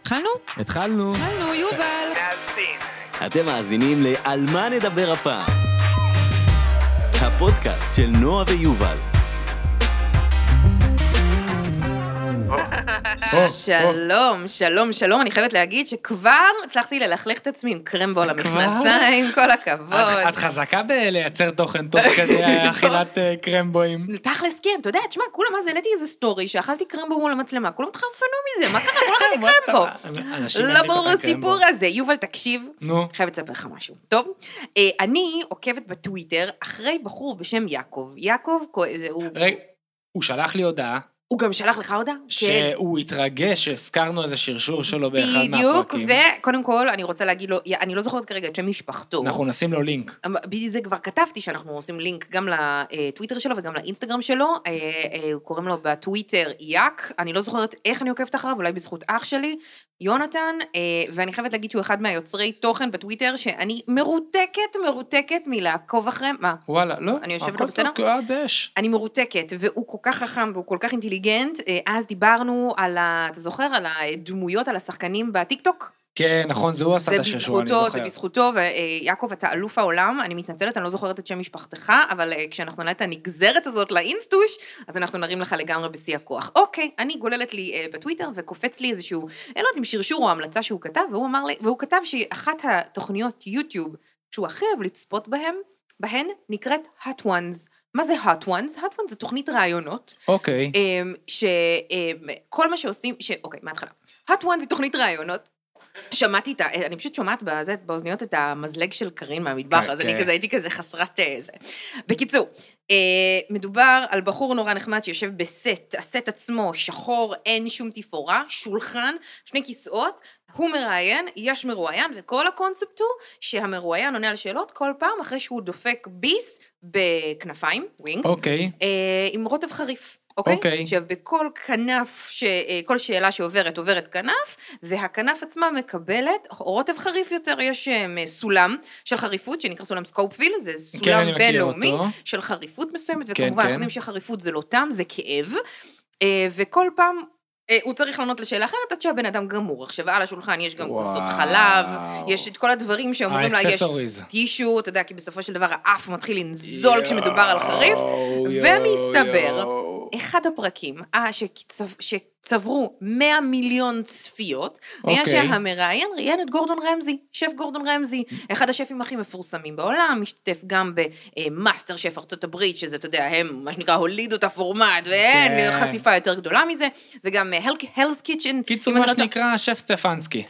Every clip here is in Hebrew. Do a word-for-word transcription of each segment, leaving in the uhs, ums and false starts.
התחלנו? התחלנו. התחלנו, יובל. אתם מאזינים ל"על מה נדבר הפעם", הפודקאסט של נועה ויובל. שלום, שלום, שלום, אני חייבת להגיד שכבר הצלחתי ללכלך את עצמי עם קרמבו על המכנסיים, כל הכבוד. את חזקה בלייצר תוכן תוך כדי אכילת קרמבוים. תכלס כן, אתה יודע, תשמע, כולם אז העליתי איזה סטורי שאכלתי קרמבו מול המצלמה, כולם התחרפנו מזה, מה קרה? כולם אכלתי קרמבו. לא ברור הסיפור הזה. יובל, תקשיב, חייבת לספר לך משהו. טוב, אני עוקבת בטוויטר אחרי בחור בשם יעקב. יעקב, הוא שלח לי הודעה. הוא גם שלח לך הודעה? שהוא התרגש, שהזכרנו איזה שרשור שלו באחד מהפרקים. בדיוק, וקודם כל, אני רוצה להגיד לו, אני לא זוכרת כרגע את שם משפחתו. אנחנו נשים לו לינק. בזה כבר כתבתי שאנחנו עושים לינק גם לטוויטר שלו וגם לאינסטגרם שלו, קוראים לו בטוויטר יאק, אני לא זוכרת איך אני עוקבת אחריו, אולי בזכות אח שלי, יונתן, ואני חייבת להגיד שהוא אחד מהיוצרי תוכן בטוויטר, שאני מרותקת, מרותקת מלעקוב אחריהם. מה? וואלה, לא. אני יושבת לו בסדר? אני מרותקת, והוא כל כך חכם, והוא כל כך אינטליגנט. אז דיברנו על, אתה זוכר, על הדמויות, על השחקנים בטיקטוק? כן, נכון, זה הוא עשה את הששור, אני זוכר. זה בזכותו, ויעקב, אתה אלוף העולם, אני מתנצלת, אני לא זוכרת את שם משפחתך, אבל כשאנחנו נראה את הנגזרת הזאת לאינסטוש, אז אנחנו נרים לך לגמרי בשיא הכוח. אוקיי, אני גוללת לי בטוויטר, וקופץ לי איזשהו, אני לא יודעת אם שרשור או המלצה שהוא כתב, והוא אמר לי, והוא כתב שאחת התוכניות יוטיוב, שהוא הכי אוהב לצפות בהם, בהן נקראת Hot Ones. מה זה Hot Ones? Hot Ones זה תוכנית רעיונות. אוקיי. שכל מה שעושים, אוקיי, מההתחלה. Hot Ones זה תוכנית רעיונות. שמעתי את, אני פשוט שומעת באוזניות את המזלג של קרין מהמטבח, אז אני כזה, הייתי כזה חסרת זה. בקיצור, מדובר על בחור נורא נחמד שיושב בסט, הסט עצמו שחור, אין שום תפאורה, שולחן, שני כיסאות, הוא מראיין, יש מרואיין, וכל הקונספט הוא שהמרואיין עונה על שאלות כל פעם אחרי שהוא דופק ביס בכנפיים, ווינגס, אוקיי. עם רוטב חריף. אוקיי? עכשיו, בכל כנף, כל שאלה שעוברת, עוברת כנף, והכנף עצמה מקבלת רוטב חריף יותר. יש סולם של חריפות, שנקרא סולם סקופוויל, זה סולם בינלאומי של חריפות מסוימת, וכמובן, אנחנו יודעים שחריפות זה לא טעם, זה כאב, וכל פעם, הוא צריך לענות לשאלה אחרת, עד שהבן אדם גמור. עכשיו, על השולחן יש גם כוסות חלב, יש את כל הדברים שאומרים לה, יש טישו, אתה יודע, כי בסופו של דבר האף מתחיל לנזול כשמדובר על חריף, ומסתבר, אחד הפרקים, שצברו מאה מיליון צפיות, היה שהמראיין ראיין את גורדון רמזי, שף גורדון רמזי, אחד השפים הכי מפורסמים בעולם, משתתף גם במאסטר שף ארצות הברית, שזה, אתה יודע, הם, מה שנקרא, הולידו את הפורמט, ואין חשיפה יותר גדולה מזה, וגם Hell's Kitchen. קיצור, מה שנקרא שף סטפנסקי.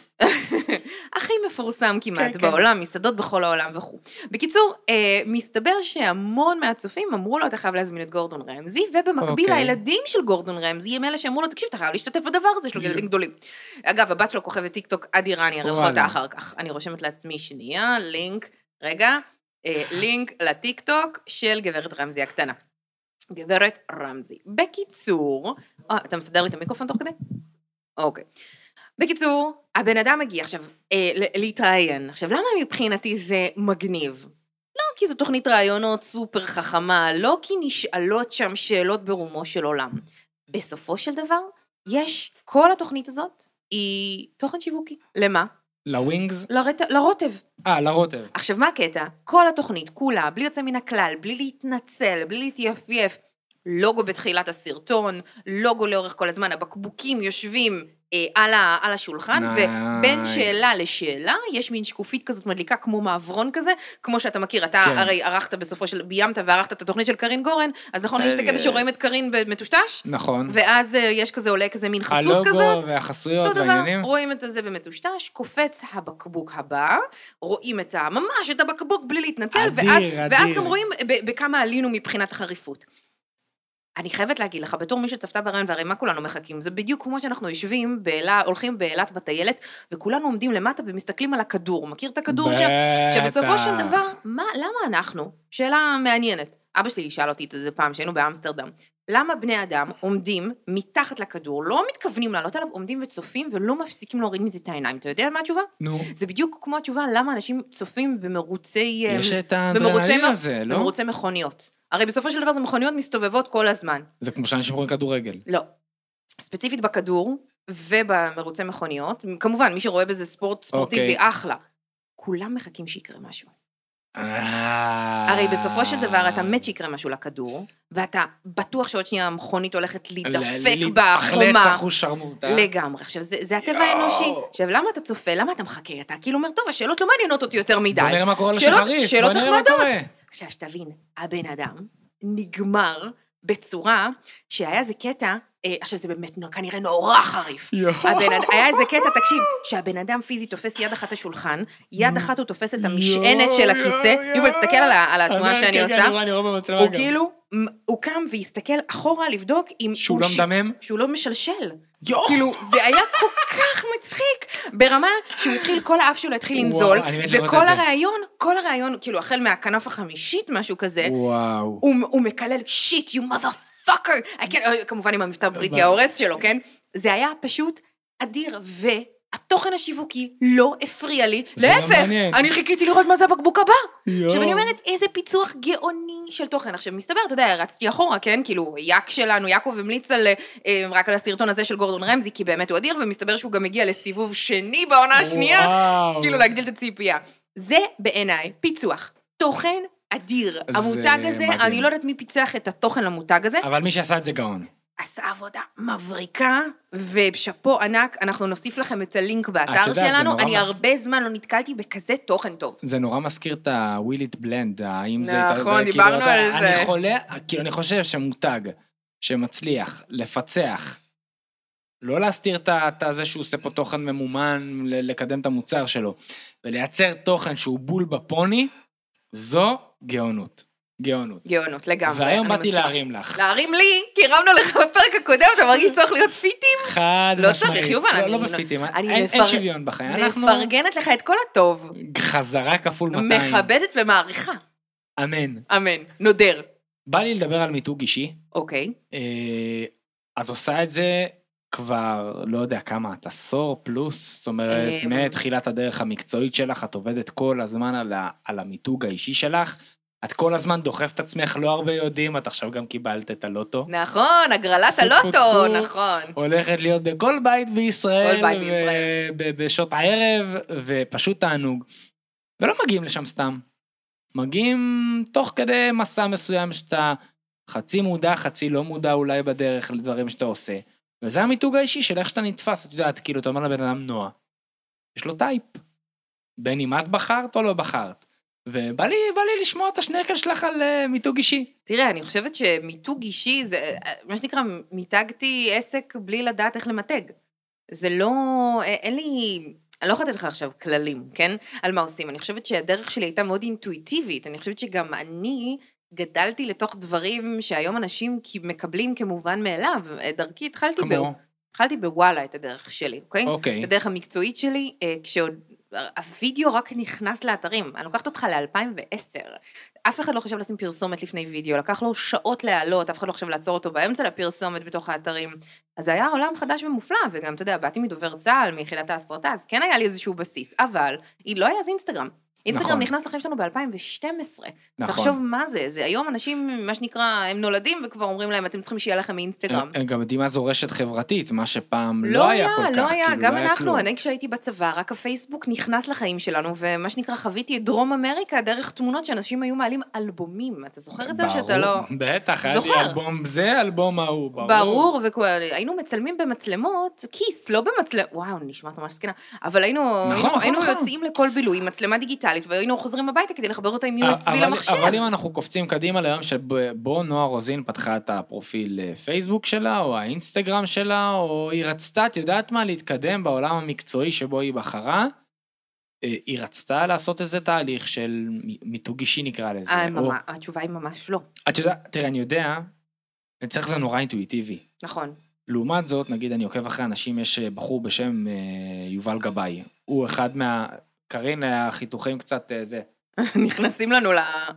הכי מפורסם כמעט בעולם, מסעדות בכל העולם וכו'. בקיצור, מסתבר שהמון מהצופים אמרו לו, אתה חייב להזמין את גורדון רמזי, ובמקביל הילדים של גורדון רמזי, הם אלה שאמרו לו, תקשיב, אתה חייב להשתתף בדבר הזה, יש לו ילדים גדולים. אגב, הבת שלו כוכבת טיק טוק אדירה, אני אראה לך אותה אחר כך. אני רושמת לעצמי שנייה, לינק, רגע, לינק לטיק טוק של גברת רמזי הקטנה. גברת רמזי. בקיצור, אתה מסדר לי את המיקרופון תוך כדי? אוקיי. בקיצור, הבן אדם מגיע עכשיו אה, להתראיין. עכשיו, למה מבחינתי זה מגניב? לא כי זו תוכנית רעיונות סופר חכמה, לא כי נשאלות שם שאלות ברומו של עולם. בסופו של דבר, יש, כל התוכנית הזאת היא תוכן שיווקי. למה? לווינגס? לרט... לרוטב. אה, לרוטב. עכשיו, מה הקטע? כל התוכנית, כולה, בלי יוצא מן הכלל, בלי להתנצל, בלי להתייפייף, לוגו בתחילת הסרטון, לוגו לאורך כל הזמן, הבקבוקים יושבים על, ה, על השולחן, nice. ובין שאלה לשאלה, יש מין שקופית כזאת מדליקה, כמו מעברון כזה, כמו שאתה מכיר, אתה כן. הרי ערכת בסופו של, ביימת וערכת את התוכנית של קרין גורן, אז נכון, יש את הקטע שרואים את קרין במטושטש, נכון. ואז יש כזה, עולה כזה מין חסות הלוגו כזאת, הלוגו והחסויות והעניינים, רואים את זה במטושטש, קופץ הבקבוק הבא, רואים את ה, ממש את הבקבוק בלי להתנצל, אדיר, ואז, אדיר. ואז גם רואים בכמה עלינו מבחינת החריפות. אני חייבת להגיד לך, בתור מי שצפתה ברעיון, והרי מה כולנו מחכים? זה בדיוק כמו שאנחנו יושבים, באלה, הולכים באלת בטיילת, וכולנו עומדים למטה ומסתכלים על הכדור. מכיר את הכדור ש... שבסופו של דבר, מה, למה אנחנו? שאלה מעניינת. אבא שלי שאל אותי את זה פעם, שהיינו באמסטרדם. למה בני אדם עומדים מתחת לכדור, לא מתכוונים לעלות עליו, עומדים וצופים, ולא מפסיקים להוריד מזה את העיניים? אתה יודע מה התשובה? נו. זה בדיוק כמו התשובה, למה אנשים צופים במרוצי... יש את האדרנלין הזה, לא? במרוצי מכוניות. הרי בסופו של דבר זה מכוניות מסתובבות כל הזמן. זה כמו שאנשים רואים כדורגל. לא. ספציפית בכדור, ובמרוצי מכוניות, כמובן, מי שרואה בזה ספורט ספורטיבי אחלה, כולם מחכים שיקרה משהו. הרי בסופו של דבר אתה מת שיקרה משהו לכדור, ואתה בטוח שעוד שנייה המכונית הולכת להידפק בחומה. לגמרי. עכשיו, זה הטבע האנושי. עכשיו, למה אתה צופה? למה אתה מחכה? אתה כאילו אומר, טוב, השאלות לא מעניינות אותי יותר מדי. בוא נראה מה קורה לשחריף. שאלות נחמדות. עכשיו, שתבין, הבן אדם נגמר בצורה שהיה איזה קטע, עכשיו זה באמת כנראה נורא חריף. היה איזה קטע, תקשיב, שהבן אדם פיזי תופס יד אחת השולחן, יד אחת הוא תופס את המשענת של הכיסא, יובל, תסתכל על התנועה שאני עושה, הוא כאילו, הוא קם והסתכל אחורה לבדוק שהוא לא מדמם, שהוא לא משלשל. כאילו, זה היה כל כך מצחיק, ברמה שהוא התחיל, כל האף שלו התחיל לנזול, וכל הרעיון, כל הרעיון, כאילו, החל מהכנף החמישית, משהו כזה, הוא מקלל, שיט, you motherfucker, כמובן עם המבטא בריטי ההורס שלו, כן? זה היה פשוט אדיר, והתוכן השיווקי לא הפריע לי, להפך, אני חיכיתי לראות מה זה הבקבוק הבא. עכשיו אני אומרת, איזה פיצוח גאוני של תוכן. עכשיו מסתבר, אתה יודע, רצתי אחורה, כן? כאילו, יק שלנו, יעקב המליץ על, רק על הסרטון הזה של גורדון רמזי, כי באמת הוא אדיר, ומסתבר שהוא גם מגיע לסיבוב שני בעונה השנייה, כאילו להגדיל את הציפייה. זה בעיניי פיצוח. תוכן אדיר. המותג הזה, אני לא יודעת מי פיצח את התוכן למותג הזה. אבל מי שעשה את זה גאון. עשה עבודה מבריקה, ובשפו ענק, אנחנו נוסיף לכם את הלינק באתר שלנו, אני הרבה זמן לא נתקלתי בכזה תוכן טוב. זה נורא מזכיר את ה-Will It Blend, האם זה... נכון, דיברנו על זה. אני חולה, כאילו אני חושב שמותג, שמצליח לפצח, לא להסתיר את זה שהוא עושה פה תוכן ממומן, לקדם את המוצר שלו, ולייצר תוכן שהוא בול בפוני, זו גאונות. גאונות. גאונות, לגמרי. והיום באתי להרים לך. להרים לי, כי הרמנו לך בפרק הקודם, אתה מרגיש צריך להיות פיטים? חד משמעית. לא צריך, יובל. לא, לא בפיטים, אין שוויון בחיים. מפרגנת לך את כל הטוב. חזרה כפול מאתיים. מכבדת ומעריכה. אמן. אמן, נודר. בא לי לדבר על מיתוג אישי. אוקיי. את עושה את זה כבר, לא יודע כמה, את עשור פלוס, זאת אומרת, מתחילת הדרך המקצועית שלך, את עובדת כל הזמן על המיתוג האישי שלך. את כל הזמן דוחפת את עצמך, לא הרבה יודעים, את עכשיו גם קיבלת את הלוטו. נכון, הגרלת הלוטו, נכון. הולכת להיות בכל בית בישראל, כל בית בישראל. בשעות הערב, ופשוט תענוג. ולא מגיעים לשם סתם. מגיעים תוך כדי מסע מסוים שאתה חצי מודע, חצי לא מודע אולי בדרך לדברים שאתה עושה. וזה המיתוג האישי של איך שאתה נתפס, את יודעת, כאילו, אתה אומר לבן אדם נועה. יש לו טייפ. בין אם את בחרת או לא בחרת. ובא לי, בא לי לשמוע את השנקל שלך על uh, מיתוג אישי. תראה, אני חושבת שמיתוג אישי, זה, מה שנקרא, מיתגתי עסק בלי לדעת איך למתג. זה לא, אין לי, אני לא יכולת לך עכשיו כללים, כן? על מה עושים. אני חושבת שהדרך שלי הייתה מאוד אינטואיטיבית. אני חושבת שגם אני גדלתי לתוך דברים שהיום אנשים מקבלים כמובן מאליו. דרכי התחלתי ב... התחלתי בוואלה את הדרך שלי, אוקיי? אוקיי. הדרך המקצועית שלי, כשעוד... הווידאו רק נכנס לאתרים, אני לוקחת אותך ל-אלפיים ועשר, אף אחד לא חושב לשים פרסומת לפני וידאו, לקח לו שעות להעלות, אף אחד לא חושב לעצור אותו באמצע לפרסומת בתוך האתרים, אז זה היה עולם חדש ומופלא, וגם, אתה יודע, באתי מדובר צהל, מיחידת ההסרטה, אז כן היה לי איזשהו בסיס, אבל היא לא היה אז אינסטגרם, אינסטגרם נכון. נכנס לחיים שלנו ב-אלפיים ושתים עשרה. נכון. תחשוב מה זה, זה היום אנשים, מה שנקרא, הם נולדים וכבר אומרים להם, אתם צריכים שיהיה לכם אינסטגרם. הם גם יודעים מה זו רשת חברתית, מה שפעם לא, לא היה, היה כל לא כך. לא היה, כאילו, גם לא אנחנו, היה אני כשהייתי בצבא, רק הפייסבוק נכנס לחיים שלנו, ומה שנקרא, חוויתי את דרום אמריקה, דרך תמונות שאנשים היו מעלים אלבומים. אתה זוכר את זה שאתה לא... בטח, היה לי אלבום זה, אלבום ההוא, ברור. ברור, והיינו מצלמים במצלמות, כיס, לא במצלמות, וואו, נשמעת ממש סקנה, אבל היינו, נכון, היינו, היינו יוצאים לכל בילוי, מצלמה דיגיטלית, והיינו חוזרים הביתה כדי לחבר אותה עם יו אס בי למחשב. אבל אם אנחנו קופצים קדימה ליום שבו נועה רוזין פתחה את הפרופיל פייסבוק שלה, או האינסטגרם שלה, או היא רצתה, את יודעת מה, להתקדם בעולם המקצועי שבו היא בחרה, היא רצתה לעשות איזה תהליך של מיתוג אישי נקרא לזה. התשובה היא ממש לא. את יודעת, תראה, אני יודע, אני צריך זה נורא אינטואיטיבי. נכון. לעומת זאת, נגיד, אני עוקב אחרי אנשים, יש בחור בשם יובל גבאי. הוא אחד מה... קרין, החיתוכים קצת זה. נכנסים לנו ל...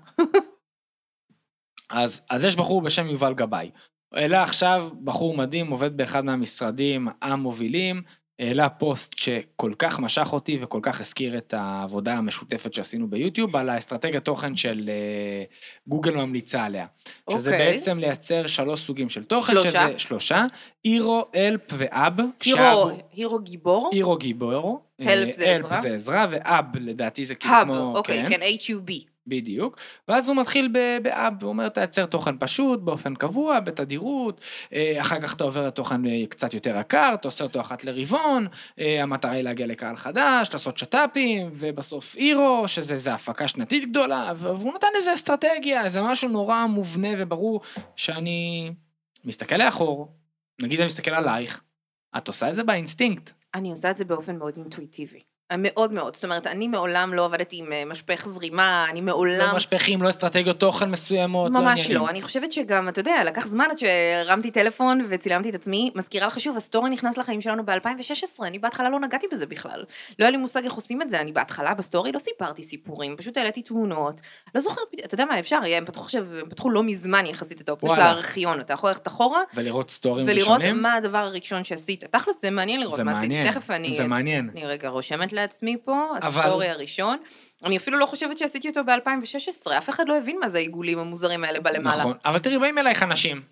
אז, אז יש בחור בשם יובל גבאי. אלא עכשיו בחור מדהים, עובד באחד מהמשרדים המובילים, העלה פוסט שכל כך משך אותי וכל כך הזכיר את העבודה המשותפת שעשינו ביוטיוב, על האסטרטגיה תוכן של גוגל ממליצה עליה. Okay. שזה בעצם לייצר שלוש סוגים של תוכן, שלושה. שזה שלושה, הירו, אלפ ואב. הירו, הירו גיבור. הירו גיבור. אלפ זה עזרה. אלפ זה עזרה, ואב לדעתי זה כאילו כמו... האב, אוקיי, כן, H-U-B. בדיוק, ואז הוא מתחיל באב, הוא אומר, תייצר תוכן פשוט, באופן קבוע, בתדירות, אחר כך אתה עובר לתוכן קצת יותר יקר, אתה עושה אותו אחת לרבעון, המטרה היא להגיע לקהל חדש, לעשות שטאפים, ובסוף אירו, שזה הפקה שנתית גדולה, והוא נתן איזה אסטרטגיה, זה משהו נורא מובנה וברור, שאני מסתכל לאחור, נגיד אני מסתכל עלייך, את עושה את זה באינסטינקט. אני עושה את זה באופן מאוד אינטואיטיבי. מאוד מאוד, זאת אומרת, אני מעולם לא עבדתי עם משפך זרימה, אני מעולם... לא משפכים, לא אסטרטגיות תוכן מסוימות, ממש לא, אני חושבת שגם, אתה יודע, לקח זמן עד שהרמתי טלפון וצילמתי את עצמי, מזכירה לך שוב, הסטורי נכנס לחיים שלנו ב-אלפיים ושש עשרה, אני בהתחלה לא נגעתי בזה בכלל, לא היה לי מושג איך עושים את זה, אני בהתחלה בסטורי לא סיפרתי סיפורים, פשוט העליתי תמונות, לא זוכרת, אתה יודע מה, אפשר, הם פתחו עכשיו, הם פתחו לא מזמן יחסית את האופציה של הארכיון, אתה יכול ללכת אחורה, ולראות סטורים ולראות מה הדבר הראשון שעשית. תכל'ס, זה מעניין לראות מה עשיתי. תכף אני, זה מעניין. אני רגע רושמת לעצמי פה, הסטורי הראשון. אני אפילו לא חושבת שעשיתי אותו ב-אלפיים ושש עשרה, אף אחד לא הבין מה זה העיגולים המוזרים האלה בלמעלה. נכון, אבל תראי, באים אלייך אנשים,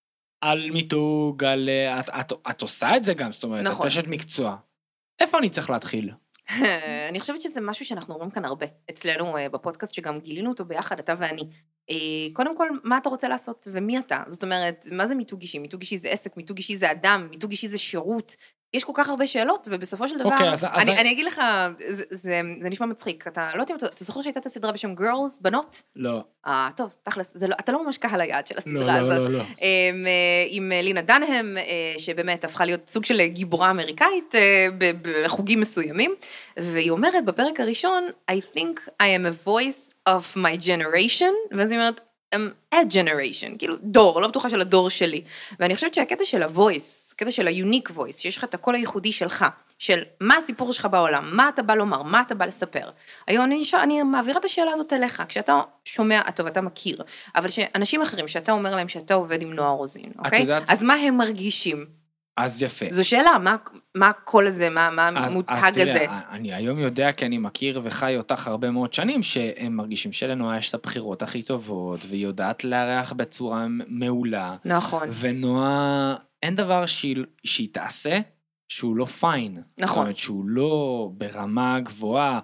על מיתוג, על... את, את, את עושה את זה גם, זאת אומרת, נכון. את אשת מקצוע. איפה אני צריך להתחיל? אני חושבת שזה משהו שאנחנו רואים כאן הרבה, אצלנו בפודקאסט, שגם גילינו אותו ביחד, אתה ואני. קודם כל, מה אתה רוצה לעשות ומי אתה? זאת אומרת, מה זה מיתוג אישי? מיתוג אישי זה עסק, מיתוג אישי זה אדם, מיתוג אישי זה שירות. יש כל כך הרבה שאלות, ובסופו של דבר, okay, אז, אני, אז... אני אגיד לך, זה, זה, זה נשמע מצחיק, אתה לא יודעת, אתה זוכר שהייתה את הסדרה בשם Girls, בנות? לא. אה, טוב, תכלס, זה לא, אתה לא ממש קהל היעד של הסדרה לא, הזאת. לא, לא, לא. עם, עם לינה דנהם, שבאמת הפכה להיות סוג של גיבורה אמריקאית, בחוגים מסוימים, והיא אומרת בפרק הראשון, I think I am a voice of my generation, ואז היא אומרת, I'm a generation, כאילו דור, לא בטוחה של הדור שלי, ואני חושבת שהקטע של ה-voice, הקטע של ה-unique voice, שיש לך את הקול הייחודי שלך, של מה הסיפור שלך בעולם, מה אתה בא לומר, מה אתה בא לספר. היום אני, אני מעבירה את השאלה הזאת אליך, כשאתה שומע, טוב, אתה מכיר, אבל שאנשים אחרים, שאתה אומר להם שאתה עובד עם נועה רוזין, אוקיי? יודעת... אז מה הם מרגישים? אז יפה. זו שאלה, מה, מה הקול הזה, מה, מה המותג הזה? אז תראה, אני היום יודע, כי אני מכיר וחי אותך הרבה מאוד שנים, שהם מרגישים שלנועה יש את הבחירות הכי טובות, והיא יודעת לארח בצורה מעולה. נכון. ונועה, אין דבר שהיא, שהיא תעשה, שהוא לא פיין. נכון. זאת אומרת, שהוא לא ברמה גבוהה,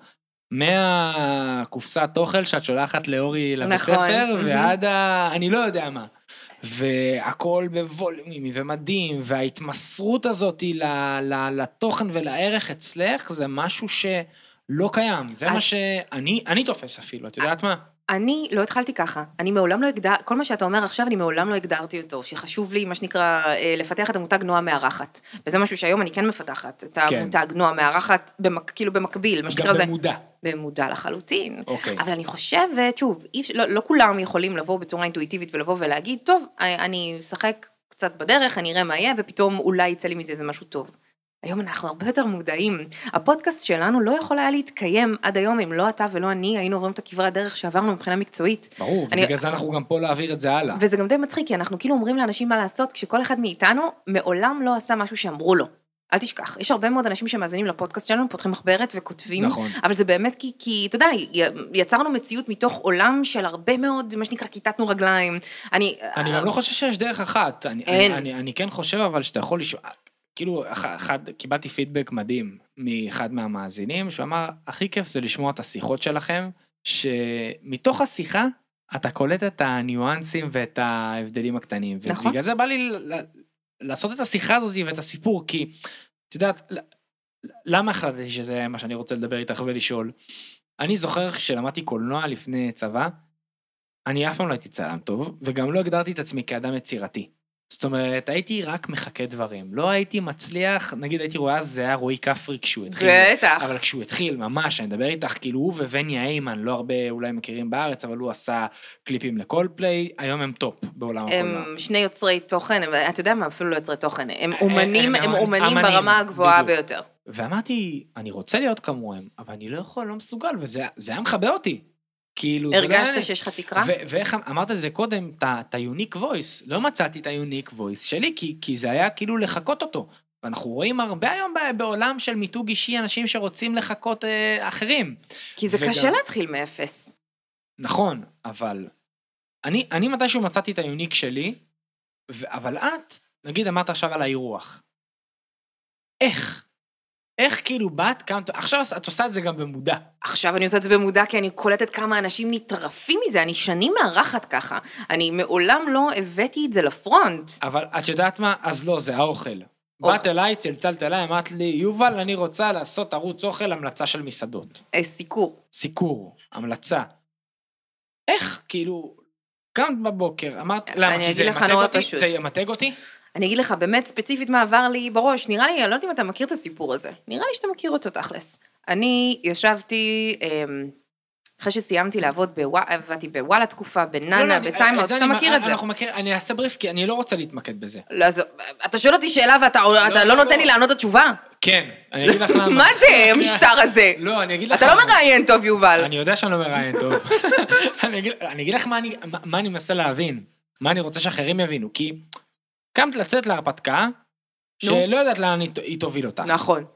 מהקופסת אוכל שאת שולחת לאורי לבית נכון. ספר, ועד ה... אני לא יודע מה. והכל בווליומי ומדהים, וההתמסרות הזאת לתוכן ולערך אצלך, זה משהו שלא קיים, זה מה שאני, אני תופס אפילו, את יודעת מה? אני לא התחלתי ככה, אני מעולם לא הגדר, כל מה שאתה אומר עכשיו, אני מעולם לא הגדרתי אותו, שחשוב לי, מה שנקרא, לפתח את המותג נועה מארחת, וזה משהו שהיום אני כן מפתחת, את המותג נועה מארחת, כאילו במקביל, מה שנקרא זה... גם במודע. במודע לחלוטין, אוקיי. אבל אני חושבת, שוב, לא, לא כולם יכולים לבוא בצורה אינטואיטיבית ולבוא ולהגיד, טוב, אני אשחק קצת בדרך, אני אראה מה יהיה, ופתאום אולי יצא לי מזה, זה משהו טוב. היום אנחנו הרבה יותר מודעים. הפודקאסט שלנו לא יכול היה להתקיים עד היום, אם לא אתה ולא אני, היינו עוברים את הכברת דרך שעברנו מבחינה מקצועית. ברור, אני... ובגלל זה אנחנו גם פה להעביר את זה הלאה. וזה גם די מצחיק, כי אנחנו כאילו אומרים לאנשים מה לעשות, כשכל אחד מאיתנו מעולם לא עשה משהו שאמרו לו. אל תשכח, יש הרבה מאוד אנשים שמאזינים לפודקאסט שלנו, פותחים מחברת וכותבים, נכון. אבל זה באמת כי, כי, אתה יודע, יצרנו מציאות מתוך עולם של הרבה מאוד, מה שנקרא, כיתתנו רגליים. אני... אני גם לא חושב שיש דרך אחת. אני, אין. אני, אני, אני כן חושב, אבל שאתה יכול לשאול... כאילו, אחד, קיבלתי פידבק מדהים מאחד מהמאזינים, שהוא אמר, הכי כיף זה לשמוע את השיחות שלכם, שמתוך השיחה, אתה קולט את הניואנסים ואת ההבדלים הקטנים. נכון. ובגלל זה בא לי לעשות את השיחה הזאת ואת הסיפור, כי, את יודעת, למה החלטתי שזה מה שאני רוצה לדבר איתך ולשאול? אני זוכר שלמדתי קולנוע לפני צבא, אני אף פעם לא הייתי צלם טוב, וגם לא הגדרתי את עצמי כאדם יצירתי. זאת אומרת, הייתי רק מחכה דברים, לא הייתי מצליח, נגיד הייתי רואה, זה היה רועי כפרי כשהוא התחיל, בטח. אבל כשהוא התחיל ממש, אני מדבר איתך, כאילו הוא ווניה איימן, לא הרבה אולי מכירים בארץ, אבל הוא עשה קליפים לכל פליי, היום הם טופ בעולם הקולנוע. הם שני יוצרי תוכן, אתה יודע מה, אפילו לא יוצרי תוכן, הם אומנים, הם אומנים ברמה הגבוהה ביותר. ואמרתי, אני רוצה להיות כמוהם, אבל אני לא יכול, לא מסוגל, וזה היה מחבא אותי. כאילו, הרגשת שיש לך תקרה? ואיך אמרת את זה קודם, את ה-unique voice, לא מצאתי את ה-unique voice שלי, כי, כי זה היה כאילו לחכות אותו. ואנחנו רואים הרבה היום בעולם של מיתוג אישי, אנשים שרוצים לחכות אה, אחרים. כי זה וגם... קשה להתחיל מאפס. נכון, אבל אני, אני מתישהו מצאתי את היוניק שלי, ו... אבל את, נגיד, אמרת עכשיו על האירוח. איך? איך כאילו באת, כמה... עכשיו את עושה את זה גם במודע. עכשיו אני עושה את זה במודע, כי אני קולטת כמה אנשים נטרפים מזה, אני שנים מארחת ככה. אני מעולם לא הבאתי את זה לפרונט. אבל את יודעת מה? אז לא, זה האוכל. באת אליי, צלצלת אליי, אמרת לי, יובל, אני רוצה לעשות ערוץ אוכל, המלצה של מסעדות. סיקור. סיקור, המלצה. איך, כאילו, קמת בבוקר, אמרת, למה, כי זה ימתג אותי? זה ימתג אותי? אני אגיד לך, באמת ספציפית מה עבר לי בראש, נראה לי, אני לא יודעת אם אתה מכיר את הסיפור הזה, נראה לי שאתה מכיר אותו תכלס. אני ישבתי, אחרי שסיימתי לעבוד, עבדתי בוואלה תקופה, בננה, בטיימאוט, אתה מכיר את זה. אני אעשה בריף, כי אני לא רוצה להתמקד בזה. לא, אתה שואל אותי שאלה ואתה לא נותן לי לענות את התשובה? כן, אני אגיד לך למה. מה זה המשטר הזה? לא, אני אגיד לך. אתה לא מראיין טוב, יובל. אני יודע שאני לא מראיין טוב. אני אגיד לך מה אני מנסה להבין, מה אני רוצה שאחרים יבינו, כי קמת לצאת להרפתקה, שלא יודעת לאן היא תוביל אותך. נכון.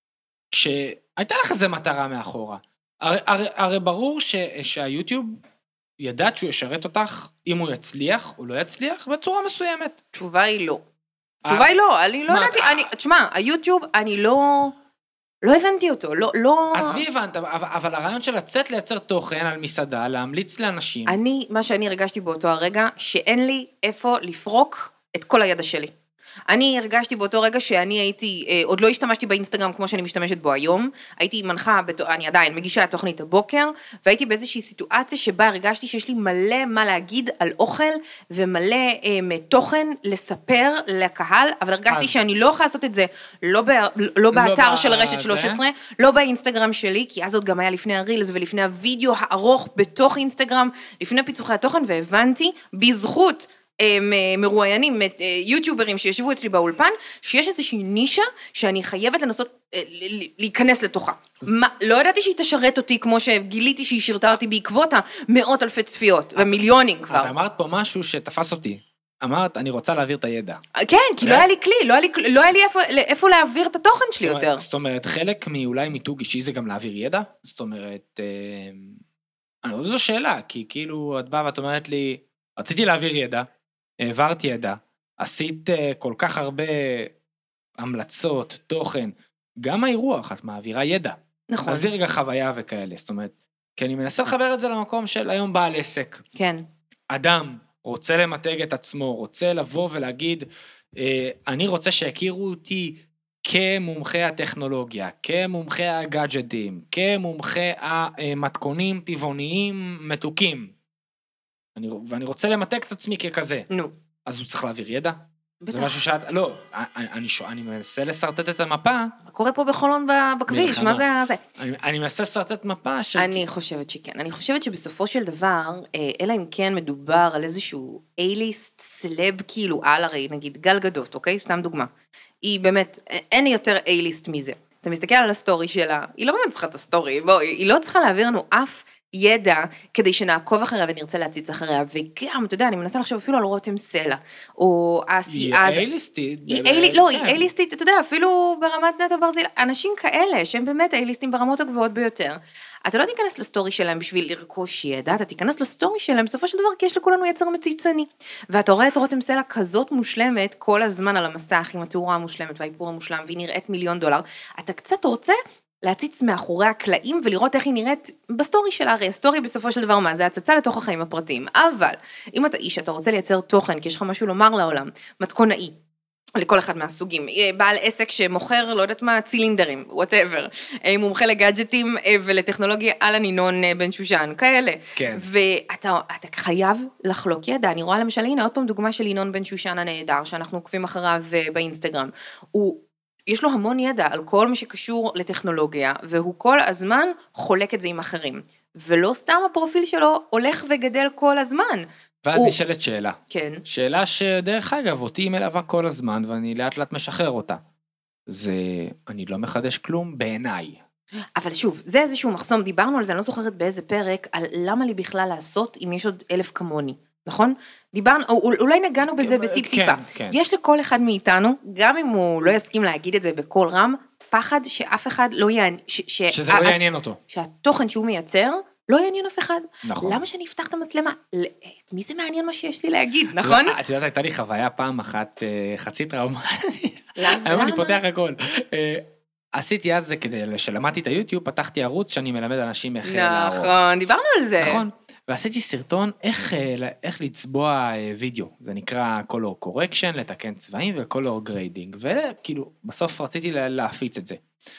כשהייתה לך איזה מטרה מאחורה. הרי, הרי, הרי ברור ש, שהיוטיוב ידעת שהוא ישרת אותך, אם הוא יצליח או לא יצליח, בצורה מסוימת. תשובה היא לא. תשובה היא לא, אני לא ידעתי, אני, תשמע, היוטיוב, אני לא, לא הבנתי אותו, לא, לא... אז וי הבנת, אבל, אבל הרעיון של לצאת לייצר תוכן על מסעדה, להמליץ לאנשים... אני, מה שאני הרגשתי באותו הרגע, שאין לי איפה לפרוק את כל הידע שלי. אני הרגשתי באותו רגע שאני הייתי, אה, עוד לא השתמשתי באינסטגרם כמו שאני משתמשת בו היום, הייתי מנחה, בת... אני עדיין מגישה את תוכנית הבוקר, והייתי באיזושהי סיטואציה שבה הרגשתי שיש לי מלא מה להגיד על אוכל, ומלא אה, תוכן לספר לקהל, אבל הרגשתי אז... שאני לא יכולה לעשות את זה, לא, ב... לא באתר לא של רשת שלוש עשרה, זה... לא באינסטגרם שלי, כי אז עוד גם היה לפני הרילס ולפני הוידאו הארוך בתוך אינסטגרם, לפני פיצוחי התוכן, והבנתי בזכות מרואיינים, יוטיוברים שישבו אצלי באולפן, שיש איזושהי נישה שאני חייבת לנסות להיכנס לתוכה. לא ידעתי שהיא תשרת אותי כמו שגיליתי שהיא שירתה אותי בעקבות המאות אלפי צפיות ומיליונים כבר. את אמרת פה משהו שתפס אותי. אמרת, אני רוצה להעביר את הידע. כן, כי לא היה לי כלי, לא היה לי איפה להעביר את התוכן שלי יותר. זאת אומרת, חלק מאולי מיתוג אישי זה גם להעביר ידע? זאת אומרת, אני יודע זו שאלה, כי כאילו את באה ואת אומרת לי, רציתי להעביר ידע, העברתי ידע, עשית כל כך הרבה המלצות, תוכן, גם האירוח, את מעבירה ידע. נכון. אז לי רגע חוויה וכאלה, זאת אומרת, כי אני מנסה לחבר את זה למקום של היום בעל עסק. כן. אדם רוצה למתג את עצמו, רוצה לבוא ולהגיד, אני רוצה שיכירו אותי כמומחה הטכנולוגיה, כמומחה הגאדג'טים, כמומחה המתכונים טבעוניים מתוקים. אני, ואני רוצה למתק את עצמי ככזה. נו. אז הוא צריך להעביר ידע? בטח. זה משהו שאת, לא, אני, אני, אני מנסה לסרטט את המפה. מה קורה פה בחולון בכביש? מלחמה. מה זה זה? אני, אני מנסה לסרטט מפה של... אני חושבת שכן. אני חושבת שבסופו של דבר, אלא אם כן מדובר על איזשהו A-ליסט סלב כאילו על, הרי נגיד גל גדות, אוקיי? סתם דוגמה. היא באמת, אין לי יותר A-ליסט מזה. אתה מסתכל על הסטורי שלה, היא לא באמת צריכה את הסטורי, בוא, היא לא צריכה להעביר לנו אף ידע, כדי שנעקוב אחריה ונרצה להציץ אחריה, וגם, אתה יודע, אני מנסה לחשוב אפילו על רותם סלע, או היא איי-ליסטית. לא, היא איי-ליסטית, אתה יודע, אפילו ברמת נטע ברזיל, אנשים כאלה, שהם באמת איי-ליסטים ברמות הגבוהות ביותר, אתה לא תיכנס לסטורי שלהם בשביל לרכוש ידע, אתה תיכנס לסטורי שלהם, בסופו של דבר, כי יש לכולנו יצר מציצני, ואתה רואה את רותם סלע כזאת מושלמת, כל הזמן על המסך, עם התאורה המושלמת והאיפור המושלם, והיא נראית מיליון דולר, אתה קצת רוצה להציץ מאחורי הקלעים ולראות איך היא נראית בסטורי שלה, הרי הסטורי בסופו של דבר מה, זה הצצה לתוך החיים הפרטיים, אבל אם אתה איש, אתה רוצה לייצר תוכן, כי יש לך משהו לומר לעולם, מתכונאי, לכל אחד מהסוגים, בעל עסק שמוכר, לא יודעת מה, צילינדרים, whatever, מומחה לגאדג'טים ולטכנולוגיה על הנינון בן שושן, כאלה. כן. ואתה אתה חייב לחלוק ידע, אני רואה למשל, הנה עוד פעם דוגמה של נינון בן שושן הנהדר, שאנחנו עוקבים אחריו באינסטגרם, הוא יש לו המון ידע על כל מה שקשור לטכנולוגיה, והוא כל הזמן חולק את זה עם אחרים. ולא סתם הפרופיל שלו הולך וגדל כל הזמן. ואז הוא... נשאלת שאלה. כן. שאלה שדרך אגב, אותי היא מלווה כל הזמן, ואני לאט לאט משחרר אותה. זה, אני לא מחדש כלום בעיניי. אבל שוב, זה איזשהו מחסום, דיברנו על זה, אני לא זוכרת באיזה פרק, על למה לי בכלל לעשות אם יש עוד אלף כמוני. נכון? דיברנו, אולי נגענו בזה בטיפ-טיפה. יש לכל אחד מאיתנו, גם אם הוא לא יסכים להגיד את זה בכל רם, פחד שאף אחד לא יעניין, שזה לא יעניין אותו. שהתוכן שהוא מייצר, לא יעניין אף אחד. נכון. למה שאני אפתח את המצלמה? מי זה מעניין מה שיש לי להגיד, נכון? את יודעת, הייתה לי חוויה פעם אחת, חצי טראומה. היום אני פותח הכל. עשיתי אז זה כדי, שלמדתי את היוטיוב, פתחתי ערוץ שאני מלמד אנשים איך לערוך. נכון, דיברנו על זה. נכון. ועשיתי סרטון איך, איך לצבוע וידאו. זה נקרא color correction, לתקן צבעים ו-color grading. וכאילו, בסוף רציתי להפיץ את זה.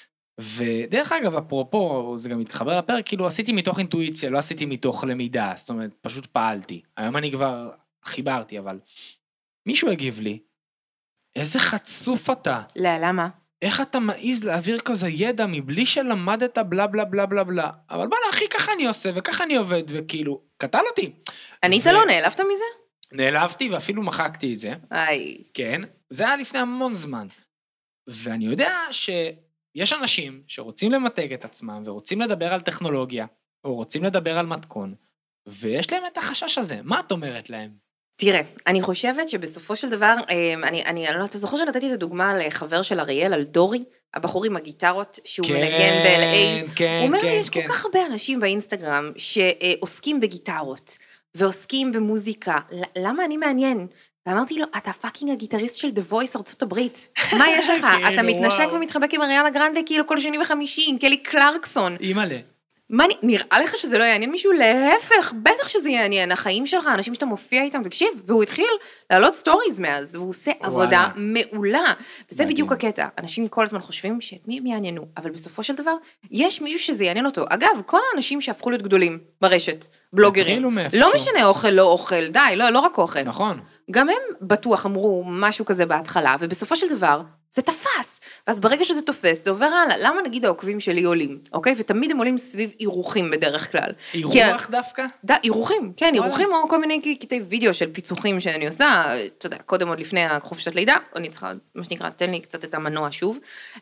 ודרך אגב, אפרופו, זה גם מתחבר לפרק, כאילו עשיתי מתוך אינטואיציה, לא עשיתי מתוך למידה, זאת אומרת, פשוט פעלתי. היום אני כבר חיברתי, אבל מישהו הגיב לי, איזה חצוף אתה. לא, למה? איך אתה מעיז להעביר כזה ידע מבלי שלמדת בלה בלה בלה בלה בלה, אבל בוא אחי, ככה אני עושה וככה אני עובד, וכאילו, קטל אותי. ענית ו... לא, נעלבת מזה? נעלבתי ואפילו מחקתי את זה. איי. כן, זה היה לפני המון זמן. ואני יודע שיש אנשים שרוצים למתג את עצמם, ורוצים לדבר על טכנולוגיה, או רוצים לדבר על מתכון, ויש להם את החשש הזה. מה את אומרת להם? תראה, אני חושבת שבסופו של דבר, אני, אני, אני, אתה זוכר שנתתי את הדוגמה לחבר של אריאל, על דורי, הבחור עם הגיטרות, שהוא כן, מנגן ב-אל איי, כן, הוא אומר כן, לי, יש כן. כל כך הרבה אנשים באינסטגרם, שעוסקים בגיטרות, ועוסקים במוזיקה, למה אני מעניין? ואמרתי לו, אתה פאקינג הגיטריסט של The Voice ארצות הברית, מה יש לך? אתה מתנשק ומתחבק עם אריאנה גרנדה, כאילו כל שני וחמישי, עם קלי קלרקסון. אימאלה. מה, נראה לך שזה לא יעניין מישהו? להפך, בטח שזה יעניין, החיים שלך, אנשים שאתה מופיע איתם, תקשיב, והוא התחיל לעלות סטוריז מאז, והוא עושה עבודה מעולה, וזה בדיוק הקטע, אנשים כל הזמן חושבים שמי יעניינו, אבל בסופו של דבר, יש מישהו שזה יעניין אותו, אגב, כל האנשים שהפכו להיות גדולים ברשת, בלוגרים, לא משנה אוכל, לא אוכל, די, לא, לא רק אוכל. נכון. גם הם בטוח אמרו משהו כזה בהתחלה, ובסופו של דבר, זה תפס, ואז ברגע שזה תופס, זה עובר הלאה. למה נגיד העוקבים שלי עולים, אוקיי? ותמיד הם עולים סביב אירוחים בדרך כלל. אירוח דווקא? דה, אירוחים, כן, אירוחים או כל מיני קטעי וידאו של פיצוחים שאני עושה, אתה יודע, קודם עוד לפני החופשת לידה, אני צריכה, מה שנקרא, תן לי קצת את המנוע שוב.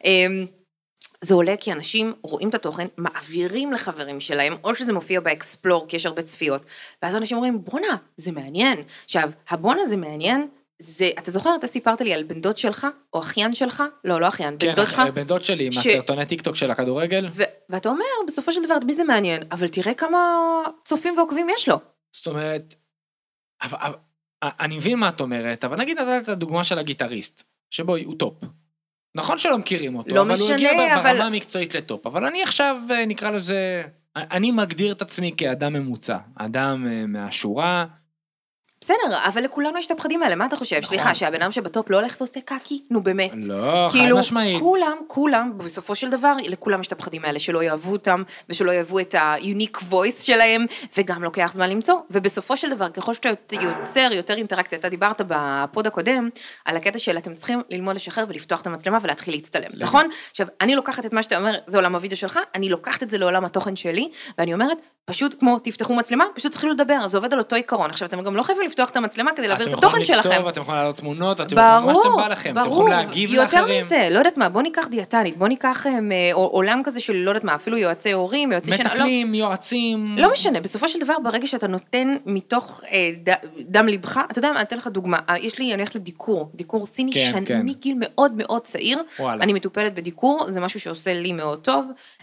זה עולה כי אנשים רואים את התוכן, מעבירים לחברים שלהם, או שזה מופיע באקספלור, כי יש הרבה צפיות, ואז אנשים אומרים, בונה, זה מעניין. עכשיו, הבונה זה מעניין, זה, אתה זוכר, אתה סיפרת לי על בן דוד שלך, או אחיין שלך? לא, לא אחיין, בן דוד שלך. כן, בן דוד שלי, עם הסרטוני טיקטוק של הכדורגל. ואתה אומר, בסופו של דבר, מי זה מעניין? אבל תראה כמה צופים ועוקבים יש לו. זאת אומרת, אני מבין מה את אומרת, אבל נגיד, נתת את הדוגמה של הגיטריסט, שבו הוא טופ. נכון שלא מכירים אותו, לא אבל משנה, הוא הגיע ברמה אבל... המקצועית לטופ. אבל אני עכשיו, נקרא לזה, אני מגדיר את עצמי כאדם ממוצע, אדם מהשורה, בסדר, אבל לכולנו יש את הפחדים האלה, מה אתה חושב? נכון. סליחה, שהבן אדם שבטופ לא הולך ועושה קקי, נו באמת. לא, כאילו, חד משמעית. כולם, כולם, בסופו של דבר, לכולם יש את הפחדים האלה, שלא יאהבו אותם, ושלא יאהבו את ה-unique voice שלהם, וגם לוקח זמן למצוא, ובסופו של דבר, ככל שאתה יוצר יותר אינטראקציה, אתה דיברת בפוד הקודם, על הקטע של אתם צריכים ללמוד לשחרר ולפתוח את המצלמה ולהתחיל להצטלם, נכון? עכשיו, אני לוקחת את מה שאתה אומר, זה עולם הוידאו שלך, אני לוקחת את זה לעולם התוכן שלי, ואני אומרת, פשוט כמו תפתחו מצלמה, פשוט תתחילו לדבר, זה עובד על אותו עיקרון. עכשיו, אתם גם לא חייבים לפתוח את המצלמה כדי להעביר את התוכן שלכם. לכתוב, אתם יכולים לעלות תמונות, אתם יכולים מה שאתם בא לכם, אתם יכולים להגיב לאחרים. יותר מזה, לא יודעת מה, בוא ניקח דיאטנית, בוא ניקח עולם כזה של לא יודעת מה, אפילו יועצי הורים, יועצי שנה, מטפלים, יועצים. לא משנה, בסופו של דבר, ברגע שאתה נותן מתוך דם לבך, אתה יודע מה, אני אתן לך דוגמה, יש לי, אני הולכת לדיקור, דיקור סיני שאני מגיל מאוד מאוד צעיר, אני מטופלת בדיקור, זה משהו שעושה לי מאוד טוב,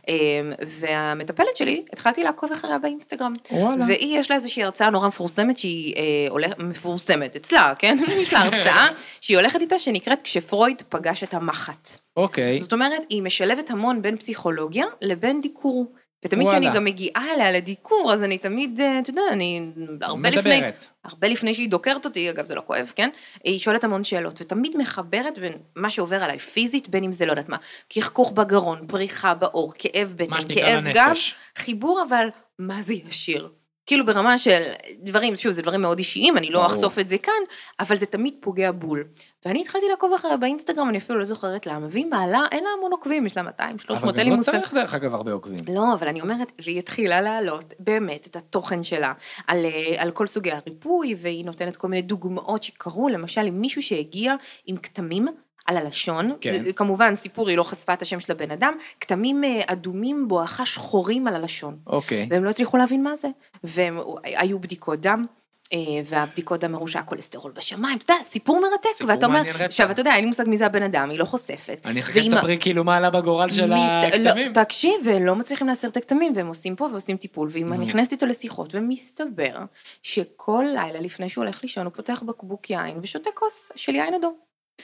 והמטפלת שלי, התחלתי לעקוב אחריה באינסטגרם, והיא יש לה איזושהי הרצאה נורא מפורסמת, שהיא הולכת, מפורסמת אצלה, כן? יש לה הרצאה, שהיא הולכת איתה, שנקראת כשפרויד פגש את המחט. אוקיי. זאת אומרת, היא משלבת המון בין פסיכולוגיה, לבין דיקור. ותמיד שאני גם מגיעה אליה לדיקור, אז אני תמיד, אתה יודע, אני הרבה לפני, הרבה לפני שהיא דוקרת אותי, אגב זה לא כואב, כן? היא שואלת המון שאלות, ותמיד מחברת בין מה שעובר עליי פיזית, בין אם זה לא יודעת מה, כחכוך בגרון, פריחה בעור, כאב בטן, כאב גם, חיבור, אבל מה זה ישיר? כאילו ברמה של דברים, שוב, זה דברים מאוד אישיים, אני לא אחשוף את זה כאן, אבל זה תמיד פוגע בול. ואני התחלתי לעקוב אחריה באינסטגרם, אני אפילו לא זוכרת לה, מביא מעלה, אין לה המון עוקבים, יש לה מאתיים שלוש מאות, אין לי מושג. אבל גם לא צריך דרך אגב הרבה עוקבים. לא, אבל אני אומרת, והיא התחילה לעלות באמת את התוכן שלה, על, על כל סוגי הריפוי, והיא נותנת כל מיני דוגמאות שקרו, למשל, עם מישהו שהגיע עם כתמים, על הלשון, כן. כמובן סיפור היא לא חשפה את השם של הבן אדם, כתמים אדומים בואכה שחורים על הלשון, אוקיי. והם לא הצליחו להבין מה זה, והם היו בדיקות דם, והבדיקות דם הראו שהכולסטרול בשמיים, אתה יודע, סיפור מרתק, ואתה אומר, עכשיו, אתה יודע, אין לי מושג מי זה הבן אדם, היא לא חושפת. אני חכה שתספרי כאילו מה עלה בגורל של הכתמים. תקשיב, ולא מצליחים להסיר את הכתמים, והם עושים פה ועושים טיפול, ואם אני נכנסת איתו לשיחות, ומסתבר שכל לילה לפני שהוא הולך לישון, הוא פותח בקבוק יין, ושותה כוס של יין אדום.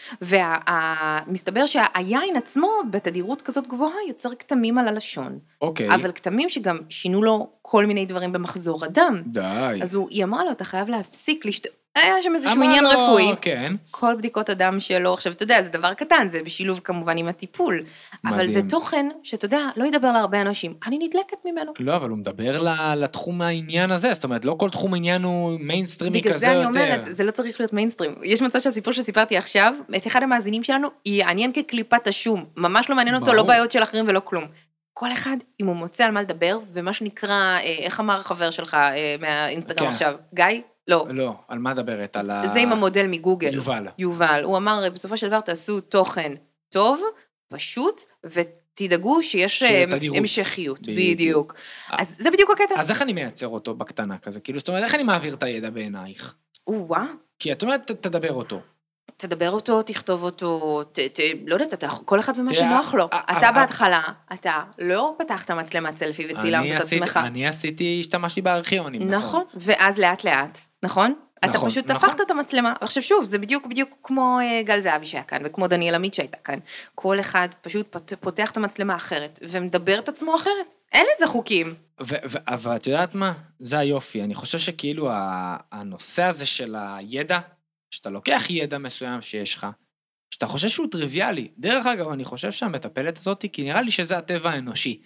ומסתבר שהיין עצמו, בתדירות כזאת גבוהה, יוצר כתמים על הלשון. אוקיי. אבל כתמים שגם שינו לו כל מיני דברים במחזור הדם. די. אז היא אמרה לו, אתה חייב להפסיק לשת... היה שם איזשהו עניין רפואי. כן. כל בדיקות הדם שלו, עכשיו, אתה יודע, זה דבר קטן, זה בשילוב כמובן עם הטיפול. מדהים. אבל זה תוכן שאתה יודע, לא ידבר להרבה אנשים. אני נדלקת ממנו. לא, אבל הוא מדבר לתחום העניין הזה, זאת אומרת, לא כל תחום העניין הוא מיינסטרימי כזה יותר. בגלל זה אני אומרת, זה לא צריך להיות מיינסטרים. יש מצב שהסיפור שסיפרתי עכשיו, את אחד המאזינים שלנו, יעניין כקליפת השום. ממש לא מעניין אותו, לא בעיות של אחרים ולא כלום. כל אחד, אם הוא מוצא על מה לדבר, ומה שנקרא, איך אמר חבר שלך מהאינסטגרם עכשיו, גיא? לא. לא, על מה דברת? זה עם המודל מגוגל. יובל. יובל. הוא אמר, בסופו של דבר תעשו תוכן טוב, פשוט, ותדאגו שיש המשכיות. בדיוק. אז זה בדיוק הקטע. אז איך אני מייצר אותו בקטנה כזה? כאילו, זאת אומרת, איך אני מעביר את הידע בעינייך? וואה. כי את אומרת, תדבר אותו. תדבר אותו, תכתוב אותו, ת, ת, לא יודעת, אתה, כל אחד ומה שנוח לו. אתה בהתחלה, אתה לא פתחת מצלמת סלפי וצילמת את עצמך. אני עשיתי, השתמשתי בארכיונים. נכון, ואז לאט לאט, נכון? אתה פשוט הפכת את המצלמה. עכשיו שוב, זה בדיוק בדיוק כמו גל זהבי שהיה כאן, וכמו דניאל עמית שהייתה כאן. כל אחד פשוט פותח את המצלמה אחרת, ומדבר את עצמו אחרת. אין לזה חוקים. אבל את יודעת מה? זה היופי. אני חושב שכאילו הנושא הזה של הידע, שאתה לוקח ידע מסוים שיש לך, שאתה חושב שהוא טריוויאלי. דרך אגב, אני חושב שהמטפלת הזאת, כי נראה לי שזה הטבע האנושי.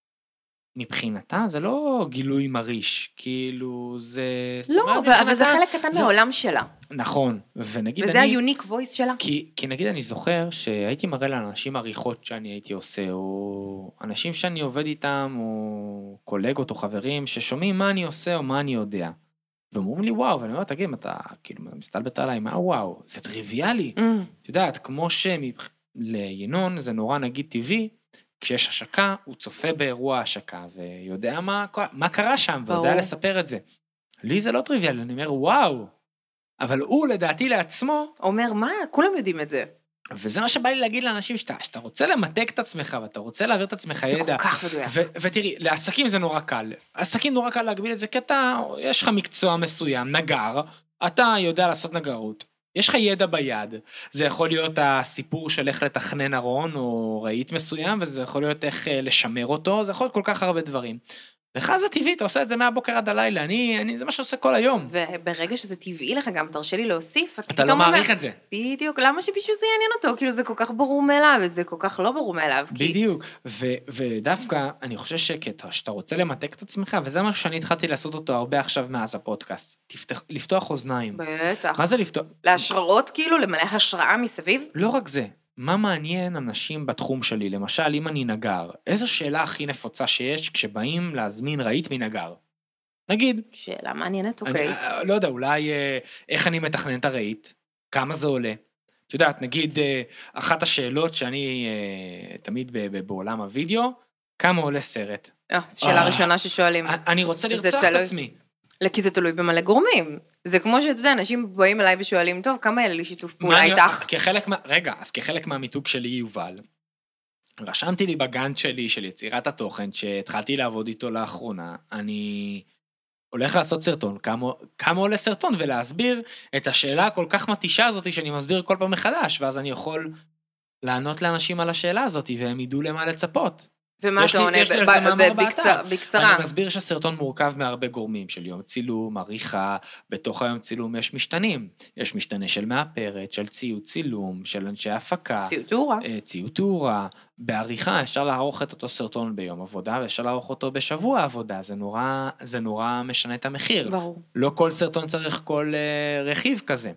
מבחינתה זה לא גילוי מריש, כאילו זה... לא, אבל, אבל זה חלק קטן זה... מהעולם שלה. נכון, ונגיד וזה אני... היוניק וויס שלה. כי, כי נגיד אני זוכר שהייתי מראה לאנשים עריכות שאני הייתי עושה, או אנשים שאני עובד איתם, או קולגות או חברים, ששומעים מה אני עושה או מה אני יודע. והם אומרים לי, וואו, ואני אומר, תגיד, אתה כאילו מסתלבט עליי, מה וואו, זה טריוויאלי. Mm. את יודעת, כמו שלינון זה נורא נגיד טבעי, כשיש השקה, הוא צופה באירוע השקה, ויודע מה, מה קרה שם, ויודע לספר את זה. לי זה לא טריוויאלי, אני אומר, וואו, אבל הוא לדעתי לעצמו, אומר, מה? כולם יודעים את זה. וזה מה שבא לי להגיד לאנשים, שאתה, שאתה רוצה למתק את עצמך, ואתה רוצה להעביר את עצמך ידע. זה כל כך מדויק. ו- ותראי, לעסקים זה נורא קל. עסקים נורא קל להגביל את זה, כי אתה, יש לך מקצוע מסוים, נגר, אתה יודע לעשות נגרות. יש לך ידע ביד, זה יכול להיות הסיפור של איך לתכנן ארון, או ראית מסוים, וזה יכול להיות איך לשמר אותו, זה יכול להיות כל כך הרבה דברים. לך זה טבעי, אתה עושה את זה מהבוקר עד הלילה, אני, אני, זה מה שעושה כל היום. וברגע שזה טבעי לך גם, תרשה לי להוסיף, אתה לא מעריך את זה. בדיוק, למה שבישהו זה יעניין אותו? כאילו זה כל כך ברור מאליו, וזה כל כך לא ברור מאליו. בדיוק, ו, ודווקא אני חושב שאתה רוצה למתק את עצמך, וזה משהו שאני התחלתי לעשות אותו הרבה עכשיו מאז הפודקאסט, תפתח, לפתוח אוזניים. בטח. מה זה לפתוח? להשראות כאילו, למלא השראה מסביב? לא רק זה. מה מעניין אנשים בתחום שלי? למשל, אם אני נגר, איזו שאלה הכי נפוצה שיש כשבאים להזמין ראית מנגר? נגיד. שאלה מעניינת, אוקיי. אני, לא יודע, אולי איך אני מתכנן את הראית? כמה זה עולה? את יודעת, נגיד, אחת השאלות שאני תמיד בעולם הוידאו, כמה עולה סרט? אה, שאלה ראשונה ששואלים. אני רוצה לרצוח את עצמי. כי זה תלוי במלא גורמים. זה כמו שאתה יודע, אנשים באים אליי ושואלים, טוב, כמה יהיה לי שיתוף פעולה איתך? כחלק מה, רגע, אז כחלק מהמיתוג שלי יובל, רשמתי לי בגאנט שלי של יצירת התוכן, שהתחלתי לעבוד איתו לאחרונה, אני הולך לעשות סרטון, כמה, כמה עולה סרטון, ולהסביר את השאלה הכל כך מתישה הזאת, שאני מסביר כל פעם מחדש, ואז אני יכול לענות לאנשים על השאלה הזאת, והם ידעו למה לצפות. ומה אתה עונה בקצרה? אני מסביר שהסרטון מורכב מהרבה גורמים, של יום צילום, עריכה, בתוך היום צילום יש משתנים, יש משתנה של מאפרת, של ציוד צילום, של אנשי הפקה, ציוד תאורה, ציוד תאורה, בעריכה אפשר לערוך את אותו סרטון ביום עבודה, ואפשר לערוך אותו בשבוע עבודה, זה נורא, זה נורא משנה את המחיר. ברור. לא כל סרטון צריך כל רכיב כזה.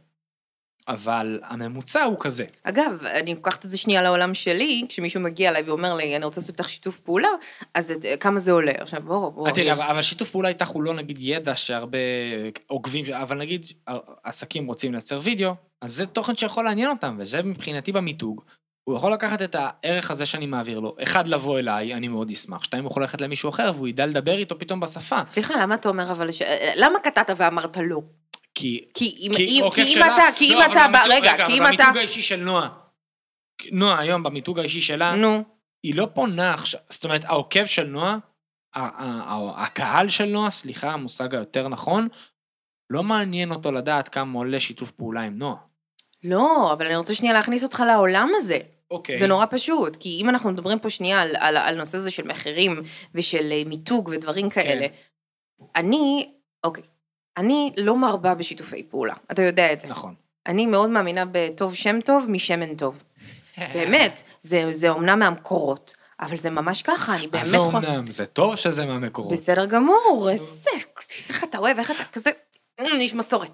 אבל הממוצע הוא כזה. אגב, אני לוקחת את זה שנייה לעולם שלי, כשמישהו מגיע אליי ואומר לי, אני רוצה לעשות איתך שיתוף פעולה, אז כמה זה עולה? עכשיו, בואו, בואו. תראי, אבל שיתוף פעולה איתך הוא לא נגיד ידע שהרבה עוקבים, אבל נגיד, עסקים רוצים לייצר וידאו, אז זה תוכן שיכול לעניין אותם, וזה מבחינתי במיתוג. הוא יכול לקחת את הערך הזה שאני מעביר לו, אחד לבוא אליי, אני מאוד אשמח, שתיים הוא יכול ללכת למישהו אחר, והוא ידע לדבר איתו פתאום בשפה. סליחה, למה אתה אומר, אבל, למה קטעת ואמרת לא? כי... כי אם אתה, כי אם אתה, רגע, כי אם אתה... במיתוג האישי של נועה, נועה היום במיתוג האישי שלה, היא לא פונה עכשיו, זאת אומרת, העוקב של נועה, הקהל של נועה, סליחה, המושג היותר נכון, לא מעניין אותו לדעת כמה עולה שיתוף פעולה עם נועה. לא, אבל אני רוצה שנייה להכניס אותך לעולם הזה. אוקיי. זה נורא פשוט, כי אם אנחנו מדברים פה שנייה על, על, על נושא הזה של מחירים ושל מיתוג ודברים כאלה, כן. אני, אוקיי, אני לא מרבה בשיתופי פעולה, אתה יודע את זה. נכון. אני מאוד מאמינה בטוב שם טוב משמן טוב. באמת, זה, זה אומנם מהמקורות, אבל זה ממש ככה, אני באמת... אז זה אומנם, זה טוב שזה מהמקורות. בסדר גמור, זה, איך אתה אוהב, איך אתה כזה, איש מסורת.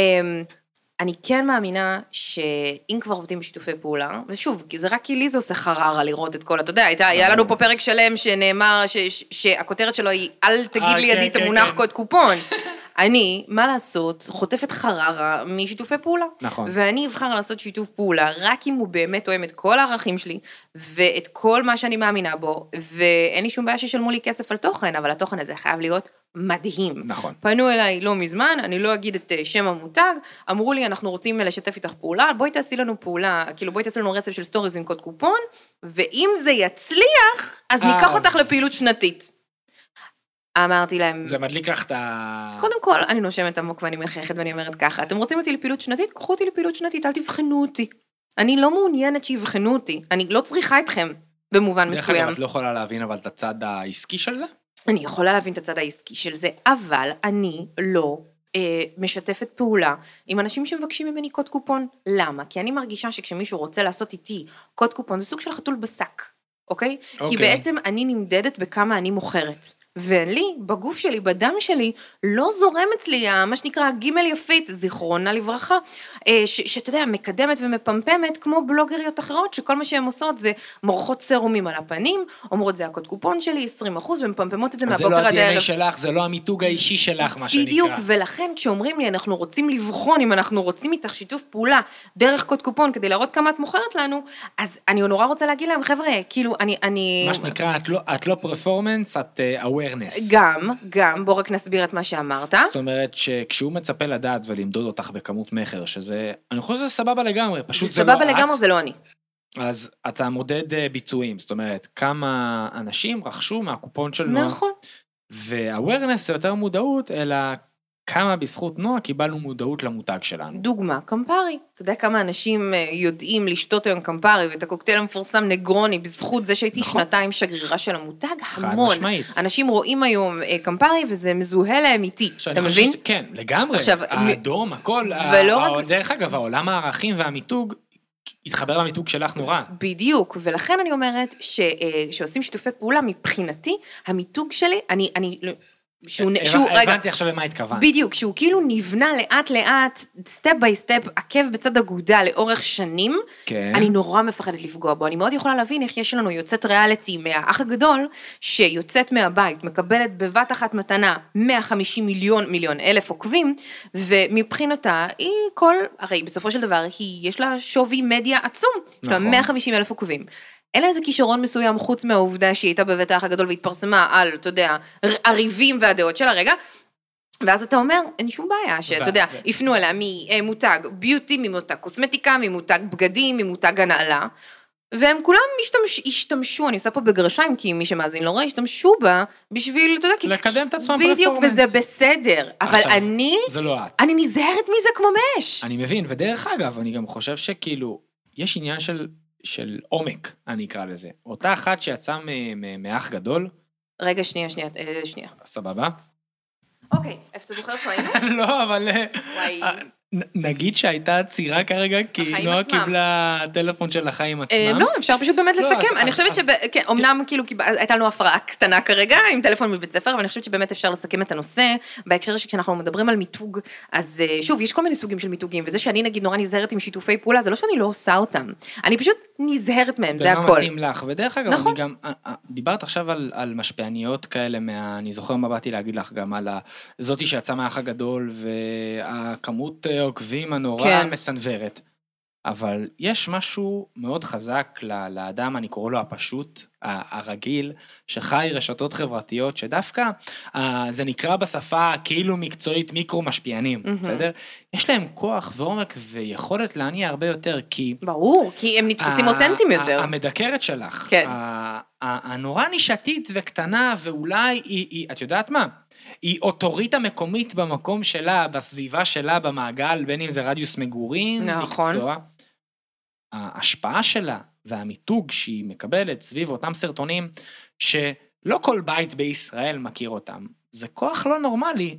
אני כן מאמינה שאם כבר עובדים בשיתופי פעולה, ושוב, זה רק כי לי זה עושה חררה לראות את כל, אתה יודע, היה לנו פה פרק שלם שנאמר שהכותרת שלו היא, אל תגיד לי ידי את המונח קוד קופון. אני, מה לעשות, חוטפת חררה משיתופי פעולה. נכון. ואני אבחר לעשות שיתוף פעולה, רק אם הוא באמת תואם את כל הערכים שלי, ואת כל מה שאני מאמינה בו, ואין לי שום בעיה ששלמו לי כסף על תוכן, אבל התוכן הזה חייב להיות מדהים. נכון. פנו אליי לא מזמן, אני לא אגיד את שם המותג, אמרו לי, אנחנו רוצים לשתף איתך פעולה, בואי תעשי לנו פעולה, כאילו בואי תעשי לנו רצף של סטוריז עם קוד קופון, ואם זה יצליח, אז ניקח אותך לפעילות שנתית. אמרתי להם... זה מדליק לך את ה... קודם כל, אני נושמת עמוק ואני מחייכת ואני אומרת ככה, אתם רוצים אותי לפעילות שנתית? קחו אותי לפעילות שנתית, אל תבחנו אותי. אני לא מעוניינת שיבחנו אותי, אני לא צריכה אתכם במובן מסוים. דרך אגב, את לא יכולה להבין אבל את הצד העסקי של זה? אני יכולה להבין את הצד העסקי של זה, אבל אני לא אה, משתפת פעולה עם אנשים שמבקשים ממני קוד קופון. למה? כי אני מרגישה שכשמישהו רוצה לעשות איתי קוד קופון, זה סוג של חתול בשק, אוקיי? אוקיי. כי בעצם אני נמדדת בכמה אני מוכרת. ולי, בגוף שלי, בדם שלי, לא זורם אצלי, מה שנקרא, גימל יפית, זיכרונה לברכה, שאתה יודע, מקדמת ומפמפמת, כמו בלוגריות אחרות, שכל מה שהן עושות זה מורחות סרומים על הפנים, אומרות זה הקוד קופון שלי, עשרים אחוז, ומפמפמות את זה מהבוקר עד הערב. זה לא ה-די אן איי שלך, זה לא המיתוג האישי שלך, מה שנקרא. בדיוק, ולכן כשאומרים לי, אנחנו רוצים לבחון, אם אנחנו רוצים איתך שיתוף פעולה, דרך קוד קופון, כדי להראות כמה את מוכרת לנו, אז אני נורא רוצה להגיד להם, חבר'ה, כאילו, אני, אני... מה שנקרא, את לא, את לא פרפורמנס, את awareness. גם, גם, בוא רק נסביר את מה שאמרת. זאת אומרת שכשהוא מצפה לדעת ולמדוד אותך בכמות מחר, שזה, אני חושב שזה סבבה לגמרי, פשוט זה לא את. סבבה לגמרי, זה לא אני. אז אתה מודד ביצועים, זאת אומרת, כמה אנשים רכשו מהקופון של נועה. נכון. וה-awareness זה יותר מודעות, אלא כמה בזכות נועה קיבלנו מודעות למותג שלנו. דוגמה, קמפרי. אתה יודע כמה אנשים יודעים לשתות היום קמפרי, ואת הקוקטייל המפורסם נגרוני, בזכות זה שהייתי נכון. שנתיים שגרירה של המותג, המון. משמעית. אנשים רואים היום קמפרי, וזה מזוהה להם איתי. אתה מבין? ש... כן, לגמרי. עכשיו, האדום, הכל. ולא ה... רק... דרך אגב, העולם הערכים והמיתוג, התחבר למיתוג שלך נורא. בדיוק, ולכן אני אומרת, ש... שעושים שיתופי פעולה, מבחינתי, המיתוג שלי, אני... אני... שהוא, שהוא, רגע, הבנתי עכשיו למה התכוונת. בדיוק, שהוא כאילו נבנה לאט לאט, סטפ ביי סטפ, עקב בצד אגודה לאורך שנים, כן. אני נורא מפחדת לפגוע בו, אני מאוד יכולה להבין איך יש לנו יוצאת ריאליטי מהאח הגדול, שיוצאת מהבית, מקבלת בבת אחת מתנה מאה וחמישים מיליון, מיליון אלף עוקבים, ומבחינתה היא כל, הרי בסופו של דבר, היא, יש לה שווי מדיה עצום, יש לה מאה וחמישים אלף עוקבים. אין לה איזה כישרון מסוים חוץ מהעובדה שהיא הייתה בבית האח הגדול והתפרסמה על, אתה יודע, הריבים והדעות שלה, רגע, ואז אתה אומר, אין שום בעיה, שאתה יודע, יפנו אליה ממותג ביוטי, ממותג קוסמטיקה, ממותג בגדים, ממותג הנעלה, והם כולם השתמש, השתמשו, אני עושה פה בגרשיים, כי מי שמאזין לא רואה, השתמשו בה בשביל, אתה יודע, לקדם את עצמם פרפורמנס. בדיוק, וזה בסדר, אבל עכשיו, אני, זה לא את. אני נזהרת מזה כמו מש. אני מבין, ודרך אגב, אני גם חושב שכאילו, יש עניין של של עומק, אני אקרא לזה. אותה אחת שיצאה מאח גדול. רגע, שנייה, שנייה, שנייה. סבבה. אוקיי, איפה אתה זוכר שהיינו? לא, אבל נגיד שהייתה עצירה כרגע, כי נועה קיבלה טלפון של החיים עצמם. לא, אפשר פשוט באמת לסכם. אני חושבת שאומנם כאילו הייתה לנו הפרעה קטנה כרגע עם טלפון מבית ספר, אבל אני חושבת שבאמת אפשר לסכם את הנושא, בהקשר שכשאנחנו מדברים על מיתוג, אז שוב, יש כל מיני סוגים של מיתוגים, וזה שאני נגיד נורא נזהרת עם שיתופי פעולה, זה לא שאני לא עושה אותם, אני פשוט נזהרת מהם, זה הכל. ומה מתאים לך, ודרך אגב, אני גם, דיברת עכשיו על משפיעניות כאלה, אני זוכר מה באתי להגיד לך גם על זאתי שיצאה מהאח הגדול, והכמות עוקבים הנורא כן. מסנברת. אבל יש משהו מאוד חזק לאדם, אני קורא לו הפשוט, הרגיל, שחי רשתות חברתיות, שדווקא זה נקרא בשפה כאילו מקצועית מיקרו משפיענים, בסדר? יש להם כוח ועומק ויכולת להניע הרבה יותר, כי... ברור, כי הם נתפסים אותנטיים יותר. המדקרת שלך, כן. הנורא נישתית וקטנה, ואולי היא, את יודעת מה? היא אוטוריטה מקומית במקום שלה, בסביבה שלה, במעגל, בין אם זה רדיוס מגורים, נכון. מקצוע. ההשפעה שלה והמיתוג שהיא מקבלת סביב אותם סרטונים, שלא כל בית בישראל מכיר אותם. זה כוח לא נורמלי,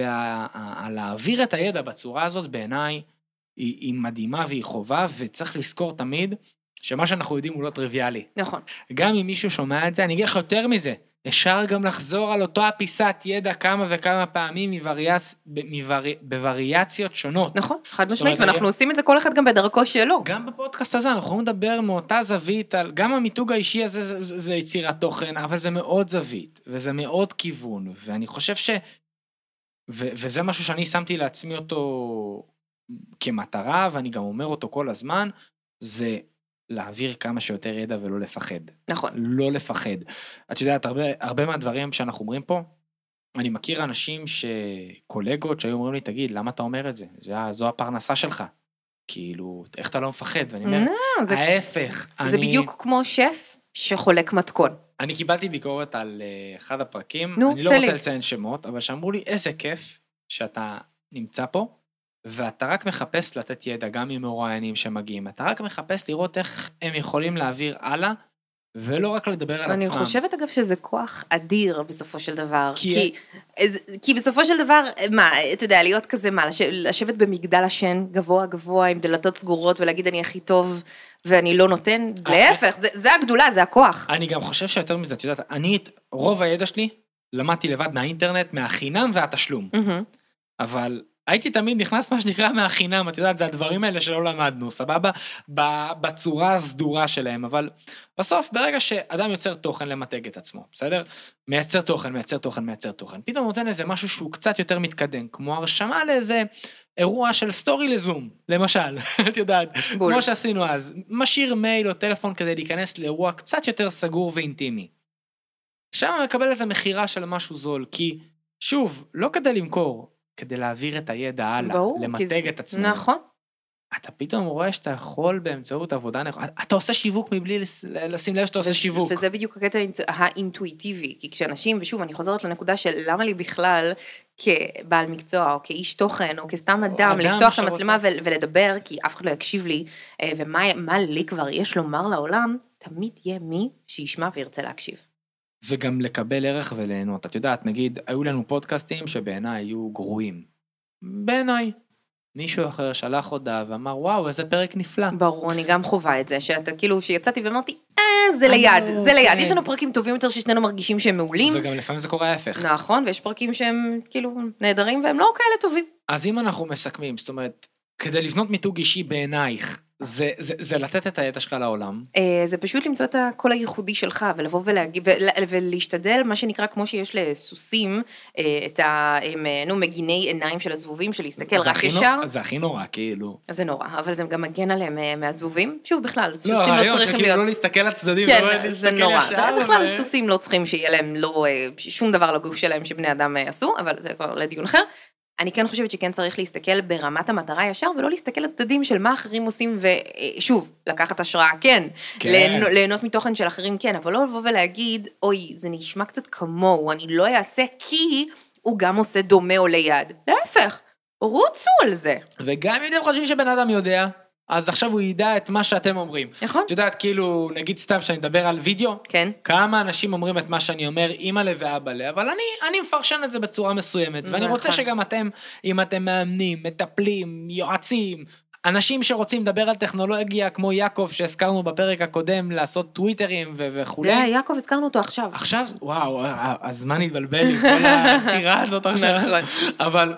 ולהעביר את הידע בצורה הזאת בעיניי, היא, היא מדהימה והיא חובה, וצריך לזכור תמיד שמה שאנחנו יודעים הוא לא טריוויאלי. נכון. גם אם מישהו שומע את זה, אני אגיד לך יותר מזה, אפשר גם לחזור על אותו הפיסת ידע כמה וכמה פעמים מווריאצ... בוורי... בווריאציות שונות. נכון, חד משמעית, ואנחנו אני... עושים את זה כל אחד גם בדרכו שלו. גם בפודקאסט הזה, אנחנו יכולים לדבר מאותה זווית, על... גם המיתוג האישי הזה זה, זה, זה יצירת תוכן, אבל זה מאוד זווית, וזה מאוד כיוון, ואני חושב ש... ו... וזה משהו שאני שמתי לעצמי אותו כמטרה, ואני גם אומר אותו כל הזמן, זה... להעביר כמה שיותר ידע ולא לפחד. נכון. לא לפחד. את יודעת, הרבה, הרבה מהדברים שאנחנו אומרים פה, אני מכיר אנשים שקולגות שהיו אומרים לי, תגיד, למה אתה אומר את זה? זה זו הפרנסה שלך. כאילו, איך אתה לא מפחד? ואני אומר, no, זה, ההפך. זה אני, בדיוק כמו שף שחולק מתכון. אני קיבלתי ביקורת על uh, אחד הפרקים, נו, אני לא תלי. רוצה לציין שמות, אבל שאמרו לי, איזה כיף שאתה נמצא פה, ואתה רק מחפש לתת ידע גם עם מרואיינים שמגיעים, אתה רק מחפש לראות איך הם יכולים להעביר הלאה, ולא רק לדבר על אני עצמם. אני חושבת אגב שזה כוח אדיר בסופו של דבר, כי... כי, כי בסופו של דבר, מה, אתה יודע, להיות כזה מה, לשבת במגדל השן גבוה גבוה עם דלתות סגורות ולהגיד אני הכי טוב ואני לא נותן, להפך, זה, זה הגדולה, זה הכוח. אני גם חושב שיותר מזה, את יודעת, אני את רוב הידע שלי למדתי לבד מהאינטרנט, מהחינם והתשלום. אבל הייתי תמיד נכנס מה שנקרא מהחינם, את יודעת, זה הדברים האלה שלא למדנו, סבבה? בצורה הסדורה שלהם, אבל בסוף, ברגע שאדם יוצר תוכן למתג את עצמו, בסדר? מייצר תוכן, מייצר תוכן, מייצר תוכן. פתאום נותן איזה משהו שהוא קצת יותר מתקדם, כמו הרשמה לאיזה אירוע של סטורי לזום, למשל, את יודעת, בול. כמו שעשינו אז, משאיר מייל או טלפון כדי להיכנס לאירוע קצת יותר סגור ואינטימי. שם מקבל איזה מחירה של משהו זול, כי שוב, לא כדי למכור, כדי להעביר את הידע הלאה, למתג את עצמנו. נכון. אתה פתאום רואה שאתה יכול באמצעות עבודה נכונה, אתה עושה שיווק מבלי לשים לב שאתה עושה שיווק. וזה בדיוק הקטע האינטואיטיבי, כי כשאנשים, ושוב, אני חוזרת לנקודה של למה לי בכלל כבעל מקצוע, או כאיש תוכן, או כסתם אדם, לפתוח את המצלמה ולדבר, כי אף אחד לא יקשיב לי, ומה לי כבר יש לומר לעולם, תמיד יהיה מי שישמע וירצה להקשיב. וגם לקבל ערך וליהנות. את יודעת, נגיד, היו לנו פודקאסטים שבעיניי היו גרועים. בעיניי. מישהו אחר שלח הודעה ואמר, וואו, איזה פרק נפלא. ברור, אני גם חובה את זה, שאתה כאילו, שיצאתי ואמרתי, אה, זה ליד, זה ליד. יש לנו פרקים טובים יותר ששנינו מרגישים שהם מעולים. וגם לפעמים זה קורה ההפך. נכון, ויש פרקים שהם כאילו נהדרים והם לא כאלה טובים. אז אם אנחנו מסכמים, זאת אומרת, כדי לבנות מיתוג אישי בעינייך, זה, זה, זה לתת את הידע שלך לעולם. זה פשוט למצוא את הקול הייחודי שלך, ולבוא ולהגיב, ולהשתדל, מה שנקרא, כמו שיש לסוסים, את ה, נו, מגיני עיניים של הזבובים, של להסתכל רק ישר. זה הכי נורא, כאילו. זה נורא, אבל זה גם מגן עליהם מהזבובים. שוב, בכלל, סוסים לא, לא היום, צריכים שכאילו להיות... לא להסתכל לצדדים, כן, לא זה נורא. בכלל, סוסים לא צריכים שיהיה להם לא, שום דבר לגוף שלהם שבני אדם עשו, אבל זה כבר לדיון אחר. אני כן חושבת שכן צריך להסתכל ברמת המטרה ישר, ולא להסתכל לצדדים של מה אחרים עושים, ושוב, לקחת השראה, כן, כן. ליהנות מתוכן של אחרים, כן, אבל לא לבוא ולהגיד, אוי, זה נשמע קצת כמוהו, אני לא אעשה כי הוא גם עושה דומה או ליד. להפך, רוצו על זה. וגם אם אתם חושבים שבן אדם יודע, אז עכשיו הוא ידע את מה שאתם אומרים. נכון. את יודעת, כאילו, נגיד סתם שאני מדבר על וידאו, כן. כמה אנשים אומרים את מה שאני אומר, אמא לה ואבא לה, אבל אני, אני מפרשן את זה בצורה מסוימת, ואני נכון. רוצה שגם אתם, אם אתם מאמנים, מטפלים, יועצים, אנשים שרוצים לדבר על טכנולוגיה, כמו יעקב שהזכרנו בפרק הקודם, לעשות טוויטרים וכו'. לא, יעקב, הזכרנו אותו עכשיו. עכשיו, וואו, הזמן התבלבל לי, כל הצירה הזאת עכשיו. אבל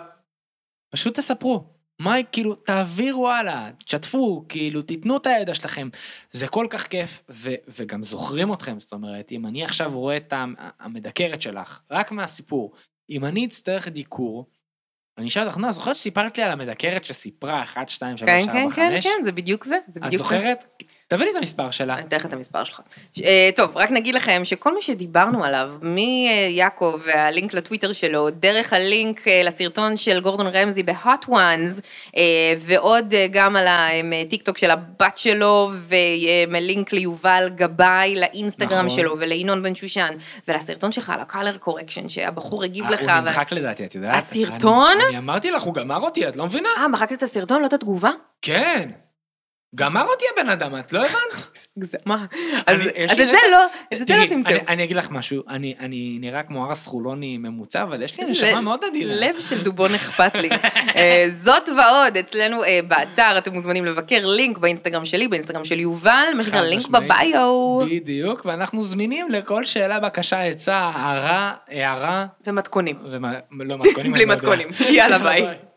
פשוט תספרו. מה, כאילו, תעבירו הלאה, תשתפו, כאילו, תיתנו את הידע שלכם. זה כל כך כיף, ו- וגם זוכרים אתכם, זאת אומרת, אם אני עכשיו רואה את המדקרת שלך, רק מהסיפור, אם אני אצטרך דיקור, אני אשאל אותך, נועה, זוכרת שסיפרת לי על המדקרת שסיפרה אחת, שתיים, שלוש, כן, ארבע, כן, חמש? כן, כן, זה בדיוק זה. זה את בדיוק זה. זוכרת? תביא לי את המספר שלה. אני אתן לך את המספר שלך. טוב, רק נגיד לכם שכל מה שדיברנו עליו, מיעקב והלינק לטוויטר שלו, דרך הלינק לסרטון של גורדון רמזי ב-Hot Ones, ועוד גם על הטיקטוק של הבת שלו, ומלינק ליובל גבאי, לאינסטגרם שלו, ולעינון בן שושן, ולסרטון שלך על ה-color correction, שהבחור הגיב לך. הוא נמחק לדעתי, את יודעת? הסרטון? אני אמרתי לך, הוא גמר אותי, את לא מבינה? אה, מחקת את הסרטון, לא את התגובה? כן. גמר אותי הבן אדם, את לא הבנת? מה? אז את זה לא, את זה לא תמצאו. אני אגיד לך משהו, אני נראה כמו ארס חולוני ממוצע, אבל יש לי נשמה מאוד עדינה. לב של דובון אכפת לי. זאת ועוד, אצלנו באתר, אתם מוזמנים לבקר, לינק באינסטגרם שלי, באינסטגרם של יובל, מה שנקרא לינק בביו. בדיוק, ואנחנו זמינים לכל שאלה, בקשה, עצה, הערה, הערה. ומתכונים. לא מתכונים. בלי מתכונים. יאללה ביי.